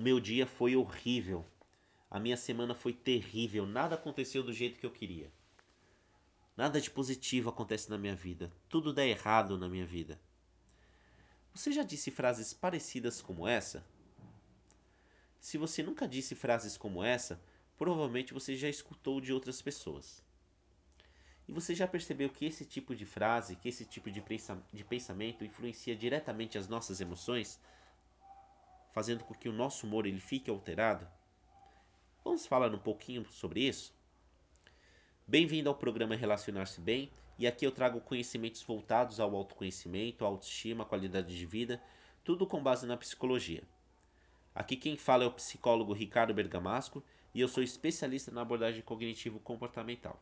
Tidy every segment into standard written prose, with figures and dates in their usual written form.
meu dia foi horrível. A minha semana foi terrível. Nada aconteceu do jeito que eu queria. Nada de positivo acontece na minha vida. Tudo dá errado na minha vida. Você já disse frases parecidas como essa? Se você nunca disse frases como essa, provavelmente você já escutou de outras pessoas. E você já percebeu que esse tipo de frase, que esse tipo de pensamento influencia diretamente as nossas emoções, fazendo com que o nosso humor ele fique alterado? Vamos falar um pouquinho sobre isso? Bem-vindo ao programa Relacionar-se Bem, e aqui eu trago conhecimentos voltados ao autoconhecimento, à autoestima, à qualidade de vida, tudo com base na psicologia. Aqui quem fala é o psicólogo Ricardo Bergamasco e eu sou especialista na abordagem cognitivo-comportamental.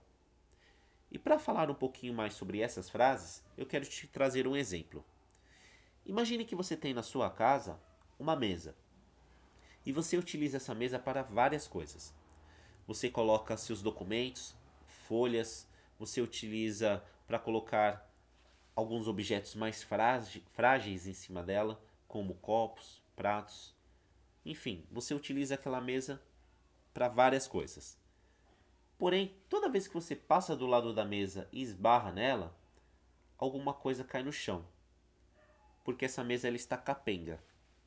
E para falar um pouquinho mais sobre essas frases, eu quero te trazer um exemplo. Imagine que você tem na sua casa uma mesa e você utiliza essa mesa para várias coisas. Você coloca seus documentos, folhas, você utiliza para colocar alguns objetos mais frágeis em cima dela, como copos, pratos. Enfim, você utiliza aquela mesa para várias coisas. Porém, toda vez que você passa do lado da mesa e esbarra nela, alguma coisa cai no chão, porque essa mesa ela está capenga.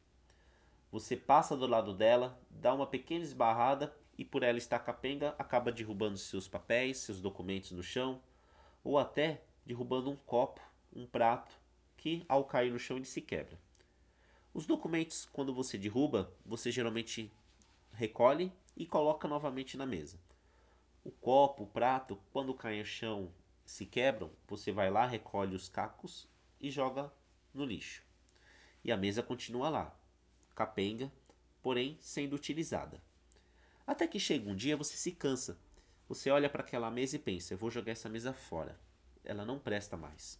Você passa do lado dela, dá uma pequena esbarrada e por ela estar capenga, acaba derrubando seus papéis, seus documentos no chão, ou até derrubando um copo, um prato, que ao cair no chão ele se quebra. Os documentos, quando você derruba, você geralmente recolhe e coloca novamente na mesa. O copo, o prato, quando cai no chão, se quebram, você vai lá, recolhe os cacos e joga no lixo. E a mesa continua lá, capenga, porém sendo utilizada. Até que chega um dia você se cansa. Você olha para aquela mesa e pensa: eu vou jogar essa mesa fora. Ela não presta mais.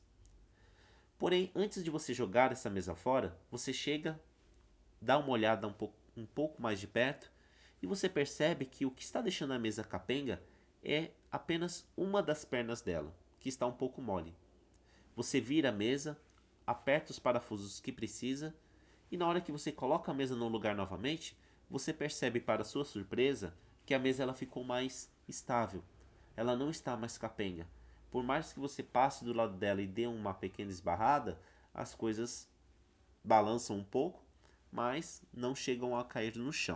Porém, antes de você jogar essa mesa fora, você chega, dá uma olhada um pouco mais de perto e você percebe que o que está deixando a mesa capenga é apenas uma das pernas dela, que está um pouco mole. Você vira a mesa, aperta os parafusos que precisa e na hora que você coloca a mesa no lugar novamente, você percebe para sua surpresa que a mesa ela ficou mais estável. Ela não está mais capenga. Por mais que você passe do lado dela e dê uma pequena esbarrada, as coisas balançam um pouco, mas não chegam a cair no chão.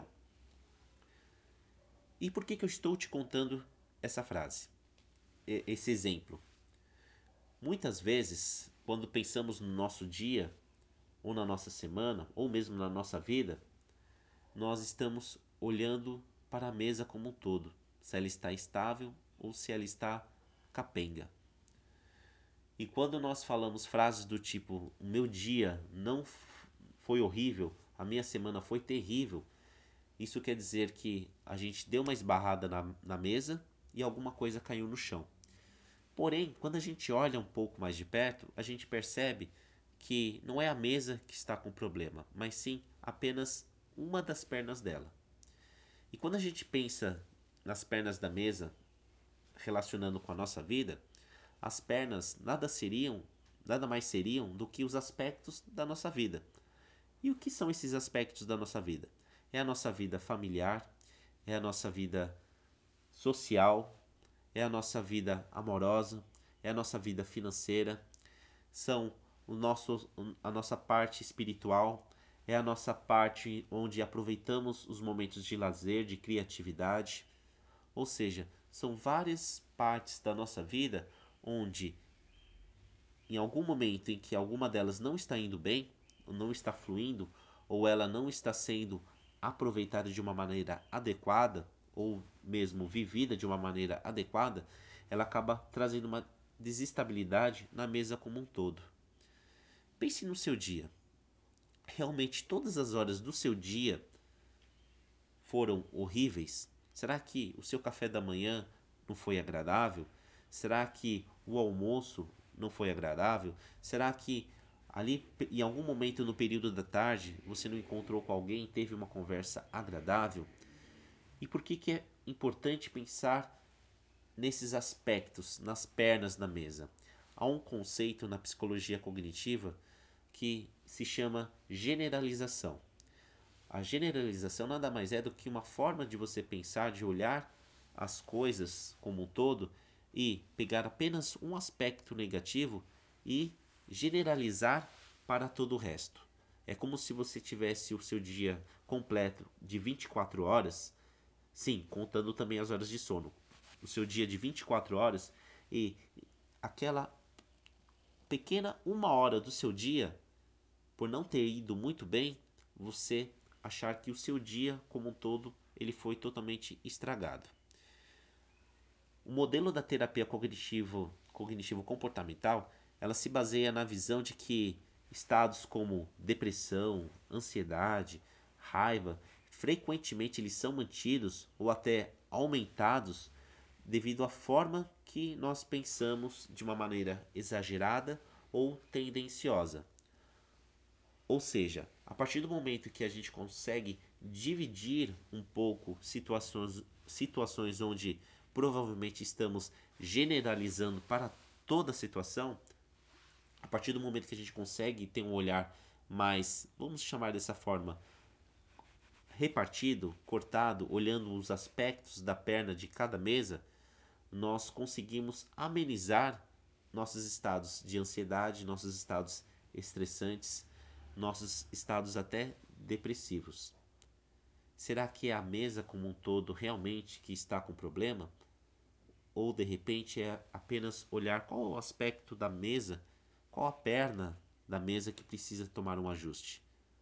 E por que eu estou te contando essa frase, esse exemplo? Muitas vezes, quando pensamos no nosso dia, ou na nossa semana, ou mesmo na nossa vida, nós estamos olhando para a mesa como um todo, se ela está estável ou se ela está capenga. E quando nós falamos frases do tipo: o meu dia não foi horrível, a minha semana foi terrível, isso quer dizer que a gente deu uma esbarrada na mesa e alguma coisa caiu no chão. Porém, quando a gente olha um pouco mais de perto, a gente percebe que não é a mesa que está com problema, mas sim apenas uma das pernas dela. E quando a gente pensa nas pernas da mesa relacionando com a nossa vida, as pernas nada mais seriam do que os aspectos da nossa vida. E o que são esses aspectos da nossa vida? É a nossa vida familiar, é a nossa vida social, é a nossa vida amorosa, é a nossa vida financeira, são a nossa parte espiritual, é a nossa parte onde aproveitamos os momentos de lazer, de criatividade. Ou seja, são várias partes da nossa vida onde, em algum momento em que alguma delas não está indo bem, ou não está fluindo, ou ela não está sendo aproveitada de uma maneira adequada, ou mesmo vivida de uma maneira adequada, ela acaba trazendo uma desestabilidade na mesa como um todo. Pense no seu dia. Realmente todas as horas do seu dia foram horríveis? Será que o seu café da manhã não foi agradável? Será que o almoço não foi agradável? Será que ali em algum momento no período da tarde você não encontrou com alguém e teve uma conversa agradável? E por que é importante pensar nesses aspectos, nas pernas da mesa? Há um conceito na psicologia cognitiva que se chama generalização. A generalização nada mais é do que uma forma de você pensar, de olhar as coisas como um todo e pegar apenas um aspecto negativo e generalizar para todo o resto. É como se você tivesse o seu dia completo de 24 horas, sim, contando também as horas de sono. O seu dia de 24 horas e aquela pequena uma hora do seu dia, por não ter ido muito bem, você achar que o seu dia como um todo ele foi totalmente estragado. O modelo da terapia cognitivo comportamental, ela se baseia na visão de que estados como depressão, ansiedade, raiva, frequentemente eles são mantidos ou até aumentados devido à forma que nós pensamos de uma maneira exagerada ou tendenciosa. Ou seja, a partir do momento que a gente consegue dividir um pouco situações onde provavelmente estamos generalizando para toda a situação, a partir do momento que a gente consegue ter um olhar mais, vamos chamar dessa forma, repartido, cortado, olhando os aspectos da perna de cada mesa, nós conseguimos amenizar nossos estados de ansiedade, nossos estados estressantes, nossos estados até depressivos. Será que é a mesa como um todo realmente que está com problema? Ou de repente é apenas olhar qual o aspecto da mesa, qual a perna da mesa que precisa tomar um ajuste?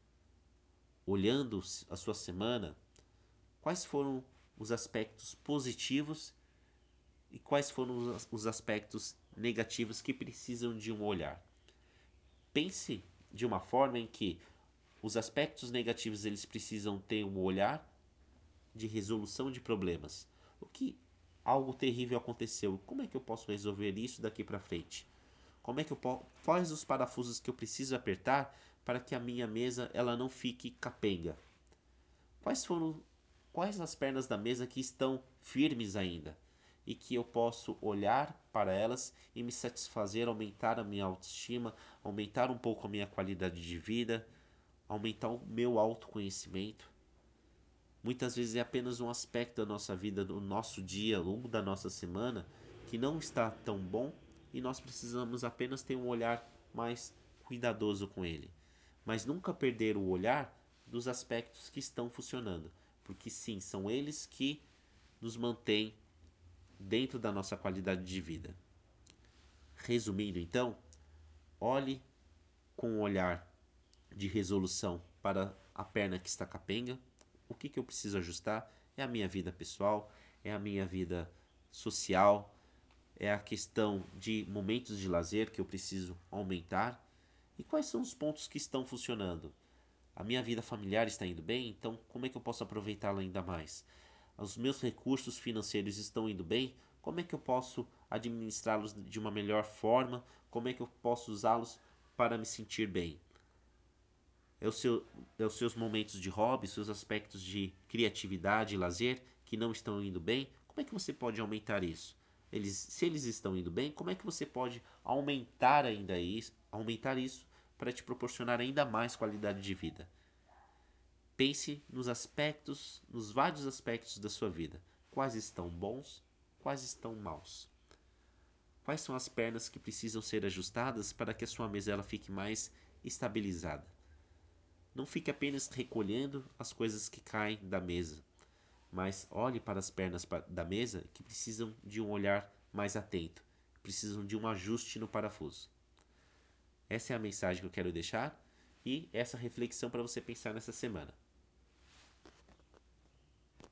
Olhando a sua semana, quais foram os aspectos positivos e quais foram os aspectos negativos que precisam de um olhar? Pense de uma forma em que os aspectos negativos eles precisam ter um olhar de resolução de problemas. O que algo terrível aconteceu? Como é que eu posso resolver isso daqui para frente? Como é que eu posso, quais os parafusos que eu preciso apertar para que a minha mesa ela não fique capenga? Quais foram quais as pernas da mesa que estão firmes ainda e que eu posso olhar para elas e me satisfazer, aumentar a minha autoestima, aumentar um pouco a minha qualidade de vida, aumentar o meu autoconhecimento. Muitas vezes é apenas um aspecto da nossa vida, do nosso dia ou da nossa semana que não está tão bom e nós precisamos apenas ter um olhar mais cuidadoso com ele. Mas nunca perder o olhar dos aspectos que estão funcionando, porque sim, são eles que nos mantêm dentro da nossa qualidade de vida. Resumindo, então, olhe com um olhar de resolução para a perna que está capenga. O que eu preciso ajustar? É a minha vida pessoal, é a minha vida social, é a questão de momentos de lazer que eu preciso aumentar. E quais são os pontos que estão funcionando? A minha vida familiar está indo bem, então como é que eu posso aproveitá-la ainda mais? Os meus recursos financeiros estão indo bem, como é que eu posso administrá-los de uma melhor forma? Como é que eu posso usá-los para me sentir bem? É, é os seus momentos de hobby, seus aspectos de criatividade e lazer que não estão indo bem? Como é que você pode aumentar isso? Se eles estão indo bem, como é que você pode aumentar isso para te proporcionar ainda mais qualidade de vida? Pense nos aspectos, nos vários aspectos da sua vida. Quais estão bons, quais estão maus? Quais são as pernas que precisam ser ajustadas para que a sua mesa ela fique mais estabilizada? Não fique apenas recolhendo as coisas que caem da mesa, mas olhe para as pernas da mesa que precisam de um olhar mais atento, precisam de um ajuste no parafuso. Essa é a mensagem que eu quero deixar e essa reflexão para você pensar nessa semana.